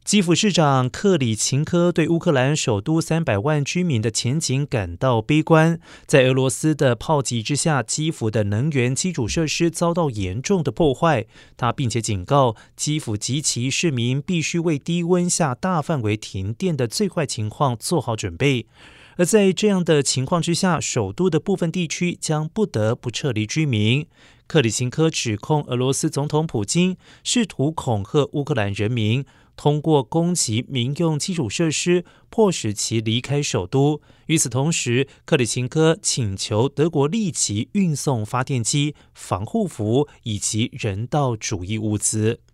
基辅市长克里琴科对乌克兰首都300万居民的前景感到悲观。在俄罗斯的炮击之下，基辅的能源基础设施遭到严重的破坏。他并且警告，基辅及其市民必须为低温下大范围停电的最坏情况做好准备。而在这样的情况之下，首都的部分地区将不得不撤离居民。克里琴科指控俄罗斯总统普京试图恐吓乌克兰人民，通过攻击民用基础设施，迫使其离开首都。与此同时，克里琴科请求德国立即运送发电机、防护服以及人道主义物资。